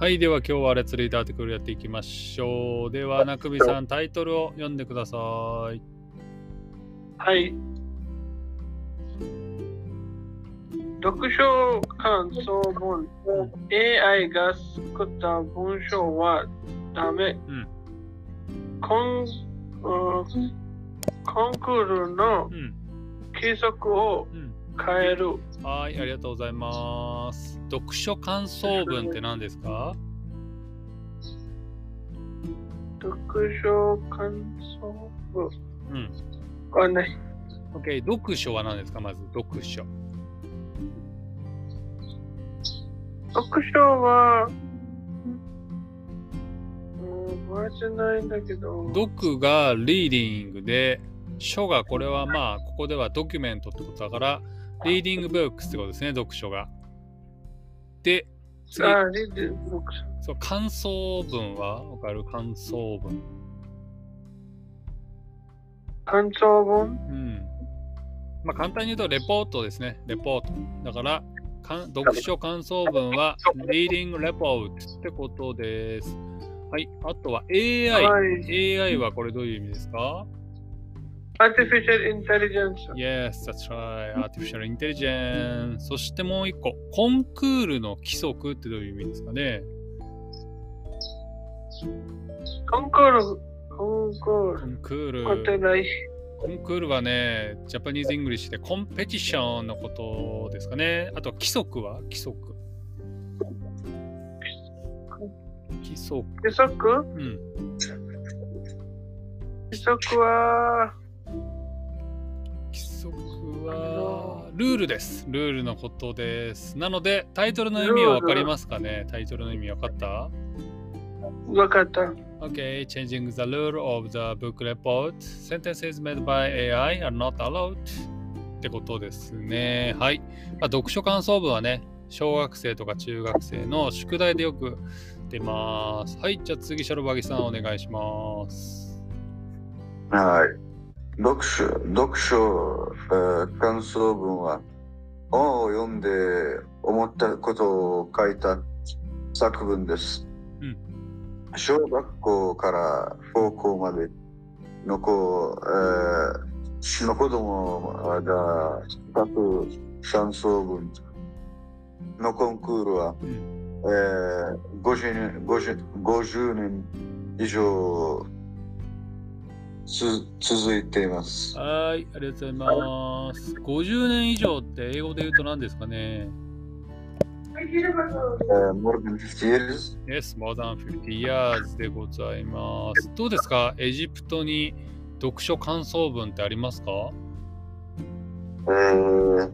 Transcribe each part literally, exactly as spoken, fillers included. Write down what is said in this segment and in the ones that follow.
はい、では今日はレッツリードアーティクルやっていきましょう。では、なくみさん、タイトルを読んでください。 はい。読書感想文、うん、エーアイ が作った文章はダメ。うん、コン、コンクールの規則を変える、うんうん。はい、ありがとうございます。読書感想文って何ですか？ 読書感想文。うん。わかんない。 OK、読書は何ですか？まず、読書。 読書は、うん、覚えてないんだけど。 読がリーディングで、書がこれはまあ、ここではドキュメントってことだから、リーディングブックスってことですね、読書が。で、次。 あ、リーディングブックス。 そう、感想文はわかる？感想文。 感想文？うん。 まあ、簡単に言うと、レポートですね。レポート。だから、読書感想文は Reading Report ってことです。はい。あとは エーアイ。はい、エーアイ はこれどういう意味ですか？ Artificial Intelligence. Yes, that's right. Artificial Intelligence. そしてもう一個。コンクールの規則ってどういう意味ですかね？ コンクール。コンクール。 コンクール。 答えない。 コンクールはね、ジャパニーズ・イングリッシュでコンペティションのことですかね。あと規則は規則。規則。 規則？うん。規則は、 規則は、ルールです。ルールのことです。なので、タイトルの意味はわかりますかね？タイトルの意味わかった？ わかった。 Okay, changing the rule of the book report. Sentences made by エーアイ are not allowed. ってことですね。はい。まあ、読書感想文はね、小学生とか中学生の宿題でよく出ます。はい。じゃあ次、シャルバギさんお願いします。 はい。読書、読書、えー、感想文は本を読んで思ったことを書いた作文です。うん。小学校から高校までの子、えー、の子供が書く感想文のコンクールは、うん、えー、ごじゅうねん、ごじゅう、ごじゅうねん以上つ続いています。 はい、ありがとうございます。ごじゅうねん以上って英語で言うと何ですかね ？Uh, more than fifty years? Yes, more than fifty years でございます。どうですか？エジプトに読書感想文ってありますか？ えー、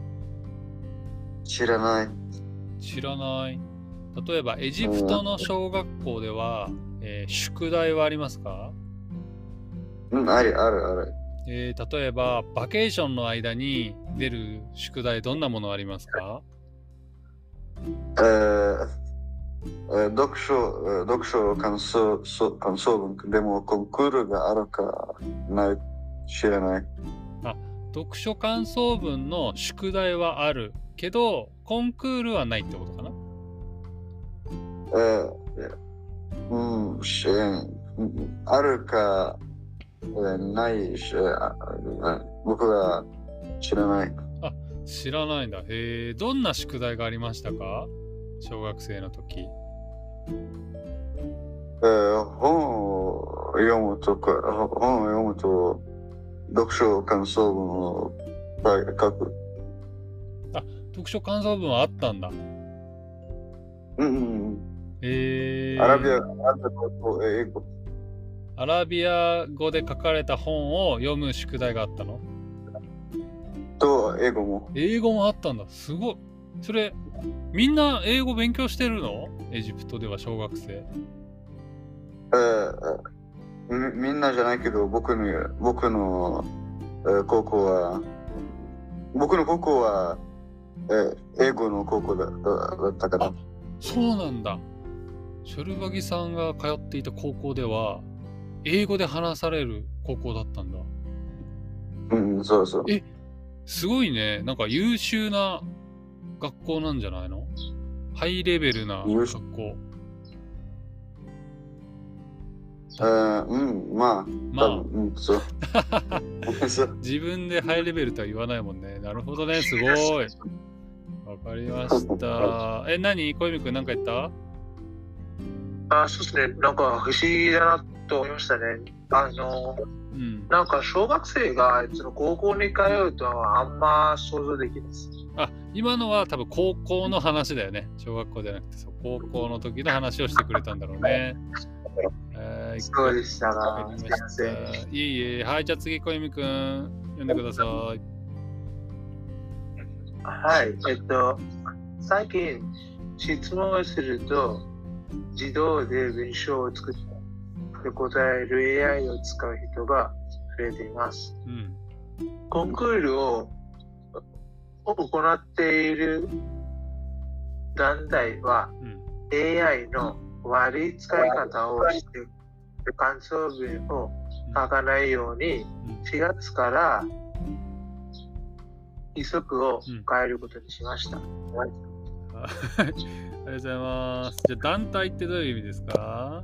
知らない。 知らない。例えば、エジプトの小学校では、えー、宿題はありますか？ うん、あるあるある。 えー、例えば、バケーションの間に出る宿題、どんなものありますか？ えー、読書、読書感想、感想文でもコンクールがあるかない知らない。 あ、読書感想文の宿題はあるけど、コンクールはないってことかな？ えー、うん、しあるか、えー、ないし、僕は知らない。 あ、知らないんだ。へえ、どんな宿題がありましたか？小学生の時。 えー、本を読むとか、本を読むと読書感想文を書く。 あ、読書感想文はあったんだ。 うんうん。 へえ。 アラビア、アラビア語と英語。 アラビア語で書かれた本を読む宿題があったの？ と英語も。 英語もあったんだ。すごい。それ、みんな英語勉強してるの？エジプトでは小学生。 えー、みんなじゃないけど、僕の、僕の、えー、高校は、僕の高校は、えー、英語の高校だ、だったから。あ、 そうなんだ。ショルバギさんが通っていた高校では、英語で話される高校だったんだ。 うん、そうそう。 え、すごいね。なんか優秀な学校なんじゃないの？ハイレベルな学校。 あうん、まあ、 まあ多分うん、そう。そう自分でハイレベルとは言わないもんね。なるほどね、すごい。わかりました。え、何小泉くん何か言った？ あ、そうですね。なんか不思議だなと思いましたね。あの、 うん、 なんか小学生がその高校に通うとはあんま想像できないです。 あ、今のは多分高校の話だよね。小学校じゃなくて、そう高校の時の話をしてくれたんだろうね。はい、 そうでしたわが、すみかりましません。 た。いえいえ、はい、じゃあ次、小泉くん、読んでください。 はい、えっと、最近質問をすると、自動で文章を作って答える エーアイ を使う人が増えています。 うん、 コンクールを行っている団体は、 うん、 エーアイ の悪い使い方をして感想文を書かないようにしがつから規則を変えることにしました。 ありがとうございます。じゃあ団体ってどういう意味ですか？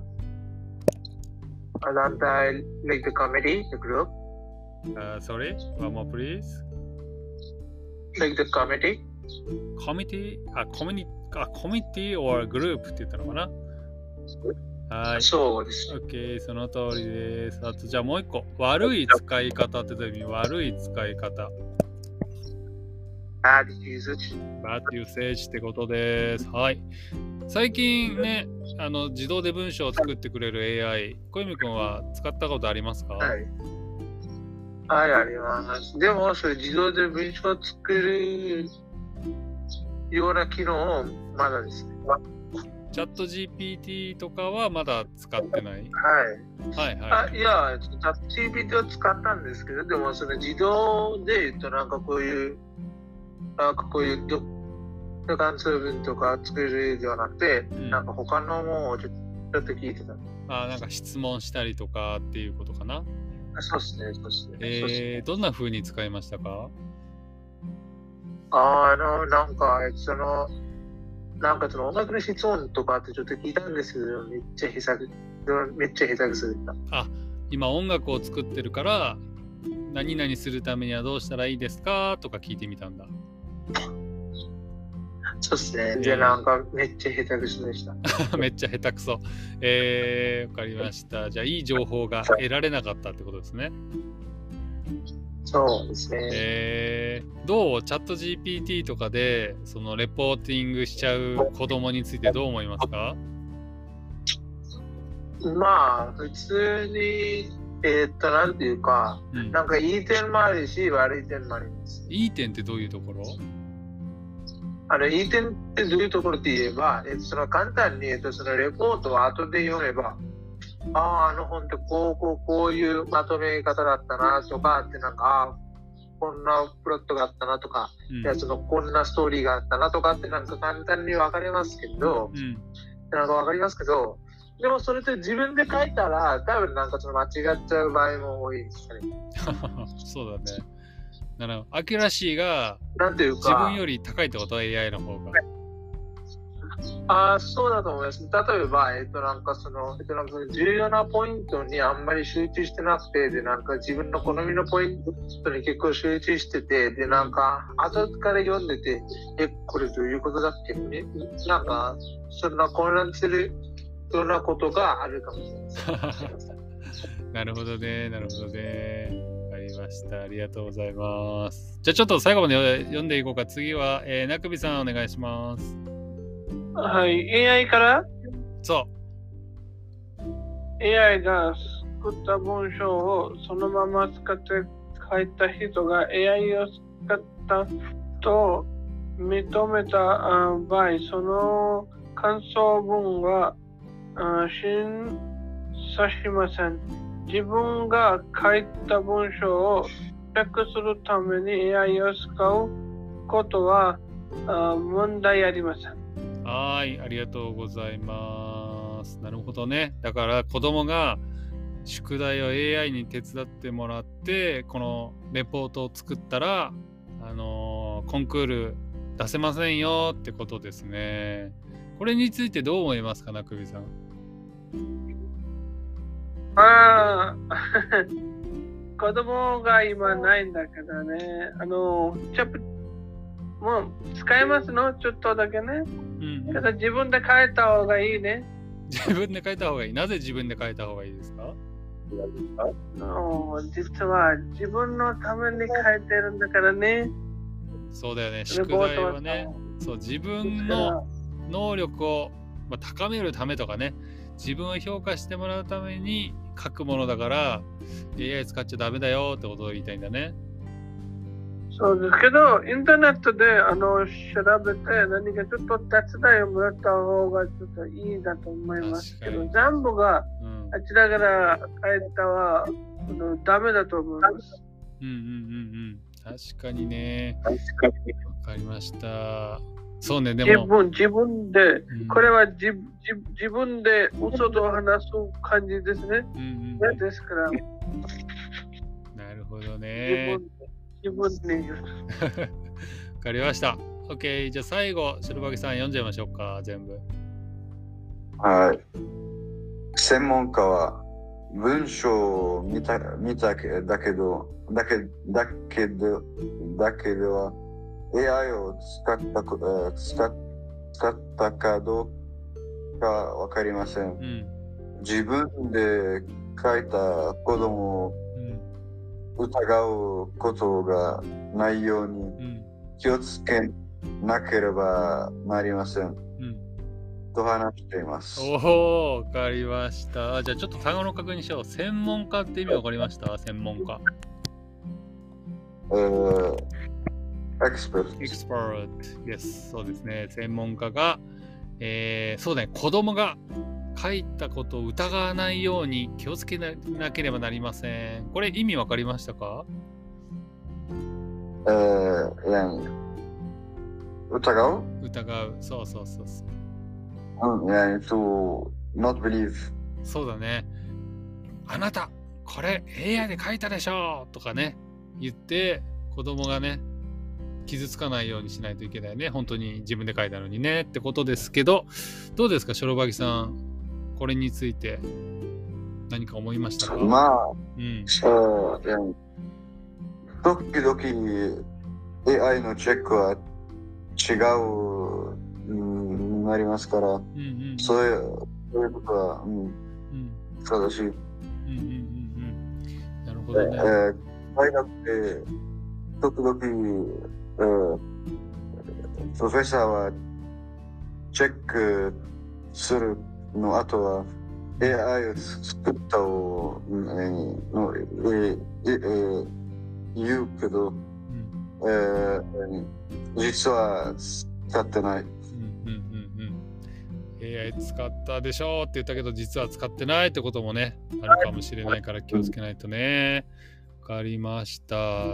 団体 like the committee, the group. Uh, sorry, one more please. Like the committee. Committee? あ、committee, あ、committee or group って言ったのかな？はい。 そうです。 OK、その通りです。あと、じゃあもう一個。悪い使い方ってどういう意味？悪い使い方。 Bad usage. Bad usage ってことです。はい。最近ね、あの自動で文章を作ってくれる エーアイ、小泉くんは使ったことありますか？ はい。はい、あります。でも、それ自動で文章を作るような機能をまだですね。 チャット ジーピーティー とかはまだ使ってない？ はい。 はいはい。 あ、いや、チャット ジーピーティー を使ったんですけど、でもその自動で言うとなんかこういう、なんかこういうど関数文とか作るではなくて、うん、なんか他のものをちょっと聞いてた。 あ、なんか質問したりとかっていうことかな？ そうですね、そうですね。 えー、どんな風に使いましたか？ あの、なんか、その、なんかその音楽の質問とかってちょっと聞いたんですけど、めっちゃ下手く、めっちゃ下手くそでした。 あ、今音楽を作ってるから、何々するためにはどうしたらいいですかとか聞いてみたんだ。 そうですね。で、なんかめっちゃ下手くそでした。 めっちゃ下手くそ。えー、わかりました。じゃあ、いい情報が得られなかったってことですね。 そうですね。 えー、どうチャット ジーピーティー とかで、そのレポーティングしちゃう子供についてどう思いますか？ まあ、普通に、えー、っと、なんていうか、うん、なんかいい点もあるし、悪い点もあります。 いい点ってどういうところ？ あのいい点ってどういうところって言えば、えっと、その簡単に、えっと、そのレポートを後で読めば、ああ、あの本ってこうこうこういうまとめ方だったなとかって、なんか、ああ、こんなプロットがあったなとか、うん、いやそのこんなストーリーがあったなとかってなんか簡単に分かりますけど、うん、なんか分かりますけど、でもそれって自分で書いたら多分なんかその間違っちゃう場合も多いですね。 そうだね。なるほど。アキュラシーがなんていうか自分より高いってことは エーアイ の方が。 ああ、そうだと思います。例えば、えっと、なんかその、えっと、なんか重要なポイントにあんまり集中してなくて、で、なんか自分の好みのポイントに結構集中してて、で、なんか、後から読んでて、え、これどういうことだっけね、なんか、そんな混乱するようなことがあるかもしれないです。 なるほどね、なるほどね。わかりました。ありがとうございます。じゃあちょっと最後まで読んでいこうか。次は、えー、なくびさんお願いします。 はい、エーアイ からそう。 エーアイ が作った文章をそのまま使って書いた人が エーアイ を使ったと認めた場合、その感想文は審査しません。自分が書いた文章をチェックするために エーアイ を使うことは問題ありません。 はい、ありがとうございます。なるほどね。だから子供が宿題を エーアイ に手伝ってもらって、このレポートを作ったら、あのー、コンクール出せませんよってことですね。これについてどう思いますか、なくびさん。 ああ、子供が今ないんだからね。あの、ちょっと、もう使えますのちょっとだけね。 うんうん、 ただ自分で変えた方がいいね。 自分で書いた方がいい。なぜ自分で書いた方がいいですか？ の実は自分のために書いてるんだからね。 そうだよね。宿題はね、そう自分の能力を、まあ、高めるためとかね、自分を評価してもらうために書くものだから エーアイ 使っちゃダメだよってことを言いたいんだね。 そうですけど、インターネットであの調べて何かちょっと手伝いをもらった方がちょっといいだと思いますけど、全部があちらから書いたは、うん、あのダメだと思います。 うんうんうんうん。確かにね。わかりました。そうね、でも。 自分、自分で、うん、これは自自分で嘘と話す感じですね。うんうん、ですから。 なるほどね。 自分で。 わかりました。OK。じゃあ最後、白バギさん読んじゃいましょうか、全部。 はい。専門家は文章を見た、見たけだけど、だけだけど、だけでは エーアイ を使った、使っ、使ったかどうかわかりません。うん、自分で書いた子供を疑うことがないように気をつけなければなりません。うん、と話しています。 おお、わかりました。じゃあちょっと単語の確認しよう。専門家って意味わかりました？専門家。 えー、エクスパート。 エクスパート。Yes、そうですね。専門家が、えー、そうだね、子供が書いたことを疑わないように気をつけなければなりません。これ意味わかりましたか？ えー、いや、疑う？ 疑う。そうそうそうそう。 うん、いや、to not believe。 そうだね。あなた、これ エーアイ で書いたでしょとかね、言って子供がね、傷つかないようにしないといけないね。本当に自分で書いたのにねってことですけど、どうですか、ショロバギさん。これについて何か思いましたか？ まあ、うん、そう、いや、時々 エーアイ のチェックは違う、うん、なりますから、うんうん、そういう、そういうことは、うんうん、正しい。うんうんうん、なるほどね。えー、大学で時々、えー、プロフェッサーはチェックするの後は エーアイ を作ったを、えーのえーえー、言うけど、うんえー、実は使ってない。うんうんうんうん、エーアイ 使ったでしょって言ったけど実は使ってないってこともねあるかもしれないから気をつけないとね。わかりました。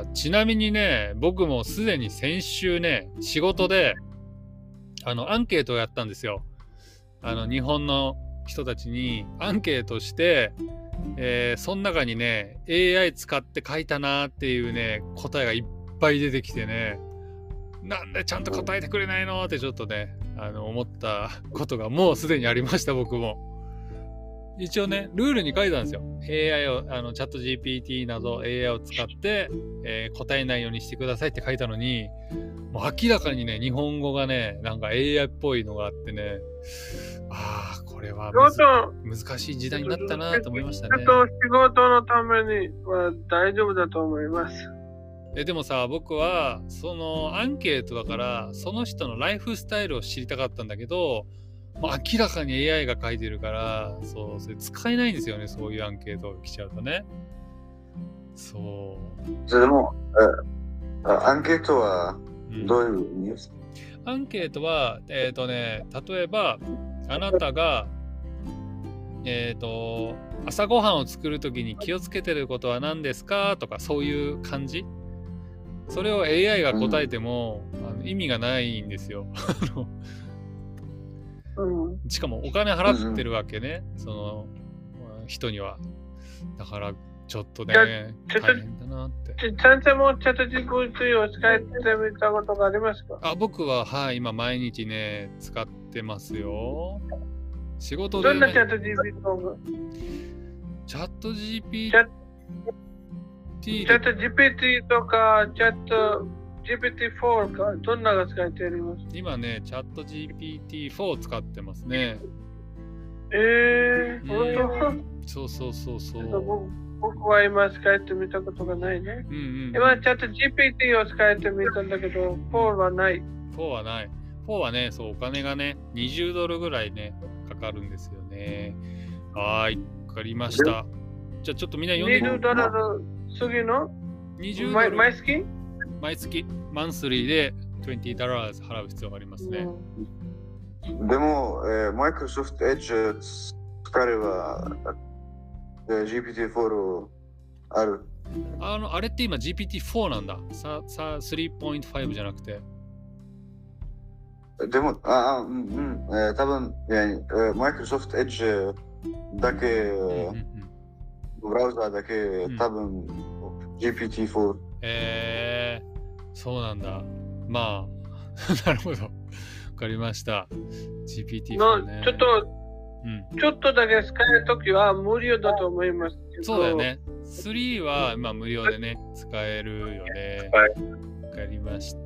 ちなみにね、僕もすでに先週ね、仕事であのアンケートをやったんですよ。あの日本の人たちにアンケートして、えー、その中にね エーアイ 使って書いたなっていうね答えがいっぱい出てきてね、なんでちゃんと答えてくれないのってちょっとねあの思ったことがもうすでにありました。僕も一応ねルールに書いたんですよ。 エーアイ をあのチャット ジーピーティー など エーアイ を使って、えー、答えないようにしてくださいって書いたのに、もう明らかにね日本語がねなんか エーアイ っぽいのがあってね、ああこれは難しい時代になったなと思いましたね。 ちょっと仕事のためには大丈夫だと思います。 えでもさ、僕はそのアンケートだからその人のライフスタイルを知りたかったんだけど、もう明らかに エーアイ が書いてるからそうそれ使えないんですよね。そういうアンケートが来ちゃうとね。そう。 それでもアンケートはどういう意味ですか？ うん、アンケートはえっとね例えばあなたがえっと朝ごはんを作るときに気をつけてることは何ですかとかそういう感じ。それを エーアイ が答えても、うん、あの意味がないんですよ。うん、しかもお金払ってるわけね、うん、その人には。だからちょっとね大変だなって。 先生もチャット ジーピーティー を使ってみたことがありますか？ あ、僕ははい今毎日ね使ってますよ。仕事で、ね、 どんなチャット ジーピーティー が？ チャット ジーピーチャッティーチャット ジーピーティー とか、チャット ジーピーティーフォー か、どんなが使えてあります？ 今ね、チャット ジーピーティーフォー を使ってますね。 えー、本当？ そうそうそうそちょっとう。 僕僕は今使えてみたことがないね。 うんうんうん、 今、チャット ジーピーティー を使えてみたんだけど、フォーはない。 フォーはない。フォーはね、そう、お金がね、にじゅうドルぐらいね、かかるんですよね。はーい、わかりました。じゃあちょっとみんな読んでにじゅうドルの次のにじゅうドル毎月毎月、マンスリーでにじゅうドル払う必要がありますね。 うん、でも、えー、Microsoft Edge 使えれば、えー、ジーピーティーフォー ある。 あの、あれって今 ジーピーティーフォー なんだ。さ、さ、スリーポイントファイブ じゃなくて。 でも、あ、うん、うん、えー、多分、えー、Microsoft Edge だけ、うんうんうん、ブラウザーだけ、うん、多分 ジーピーティーフォー。 えー、そうなんだ。まあ、なるほど。わかりました。ジーピーティーフォー ね。 ちょっと、うん、ちょっとだけ使えるときは無料だと思いますけど。 そうだよね。スリーは今無料でね、使えるよね。わかりました。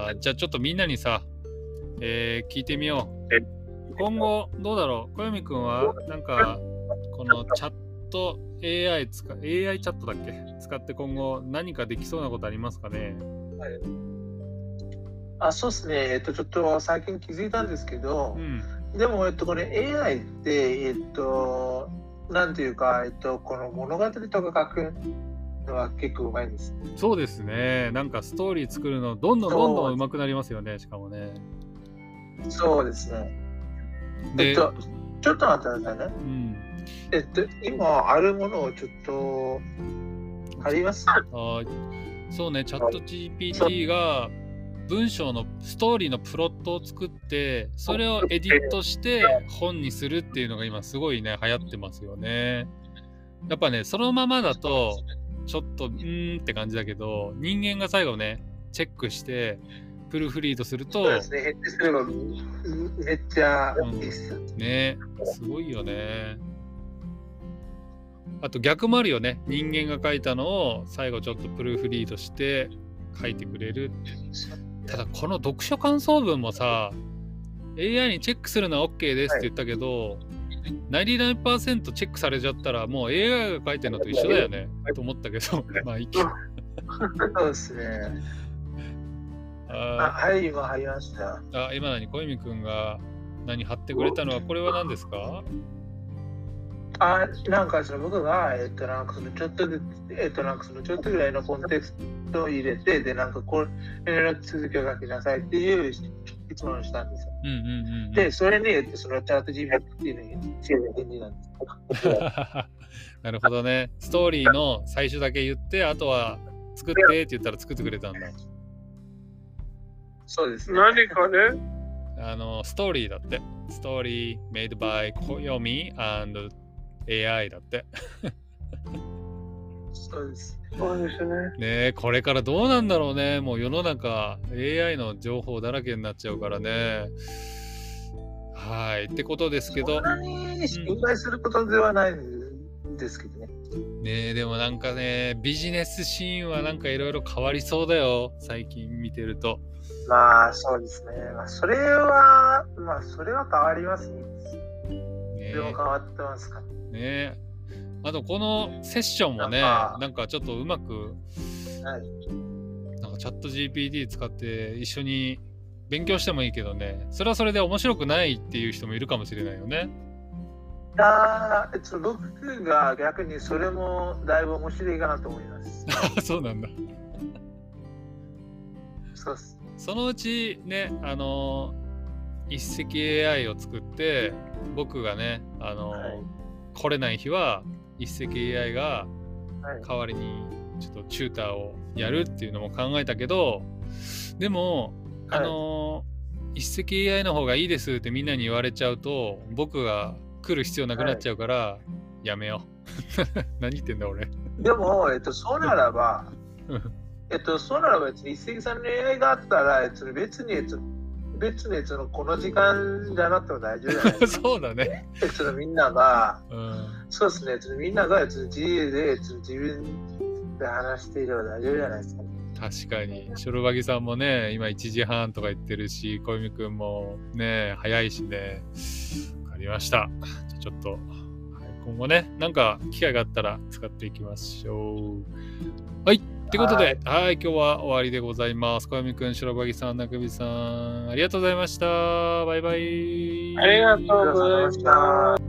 じゃあちょっとみんなにさ、えー、聞いてみよう。今後どうだろう。小読くんはなんかこのチャット エーアイ 使 エーアイ チャットだっけ使って今後何かできそうなことありますかね。 はい、あ、そうですね。えっとちょっと最近気づいたんですけど、うん、でもえっとこれ エーアイ ってえっとなんていうかえっとこの物語とか書くのは結構うまいです。 そうですね。なんかストーリー作るのどんどんどんどん上手くなりますよね。しかもね。 そうですね。えっと、ちょっと待ってくださいね。うん、えっと、今あるものをちょっとあります？ あ、そうね、チャット ジーピーティー が文章のストーリーのプロットを作って、それをエディットして本にするっていうのが今すごいね、流行ってますよね。やっぱね、そのままだとちょっとうーんって感じだけど、人間が最後ね、チェックして、プルーフリードすると、 そうですね、ヘッドすればめっちゃいいです、 うん、ね、すごいよね。あと逆もあるよね。人間が書いたのを最後ちょっとプルーフリードして書いてくれる。ただこの読書感想文もさ、エーアイ にチェックするのは OK ですって言ったけど、はい、ナインティナインパーセント チェックされちゃったらもう エーアイ が書いてるのと一緒だよねと思ったけど、まあいいけど。 そうですね。あ、はい、今入りました。 あ、今何、小泉くんが何貼ってくれたのは、これは何ですか？ あ、なんかその僕が、えっと、なんかそのちょっとで、えっと、なんかそのちょっとぐらいのコンテクストを入れて、で、なんかこれ、連絡続きを書きなさいっていう質問をしたんですよ。うんうんうんうん、で、それに、えっと、そのチャット ジーピーティー の返事なんです。 なるほどね。ストーリーの最初だけ言って、あとは作ってって言ったら作ってくれたんだ。 そうですね。 何かね、 あのストーリーだって。ストーリー made by 小読み and エーアイ だって。 そうです。 そうですね。 ねえ、これからどうなんだろうね。もう世の中 エーアイ の情報だらけになっちゃうからね。はい。ってことですけど。 そんなに心配することではないんですけどね。 うん、ねえ、でもなんかね、ビジネスシーンはなんかいろいろ変わりそうだよ。最近見てると。 まあそうですね。まあそれはまあそれは変わりますね。ね、でも変わってますかね。ね、あとこのセッションもね、なんか、なんかちょっとうまく、はい、なんかチャット ジーピーティー 使って一緒に勉強してもいいけどね、それはそれで面白くないっていう人もいるかもしれないよね。 あ、えっと、僕が逆にそれもだいぶ面白いかなと思います。 そうなんだ。 そうっす。 そのうちね、あの一石 エーアイ を作って僕がね、あの、はい、来れない日は一石 エーアイ が代わりにちょっとチューターをやるっていうのも考えたけど、でも、はい、あの一石 エーアイ の方がいいですってみんなに言われちゃうと僕が来る必要なくなっちゃうから、はい、やめよう。何言ってんだ俺。 でも、えっと、そうならばえっと、そうならば別に一石さんの エーアイ があったら、別に、えっと、 別にそのこの時間じゃなくても大丈夫じゃないですか。 そうだね。 そのみんなが、 うん、 そうですね、そのみんながその自由でその自分で話していれば大丈夫じゃないですか。 確かに。ショルバギさんもね、今いちじはんとか言ってるし、小泉くんもね、早いしね。わかりました。じゃちょっと、はい、今後ね、なんか機会があったら使っていきましょう。はい。ということで、はい、はい、今日は終わりでございます。小泉くん、ショルバギさん、なくびさん、ありがとうございました。バイバイ。 ありがとうございました。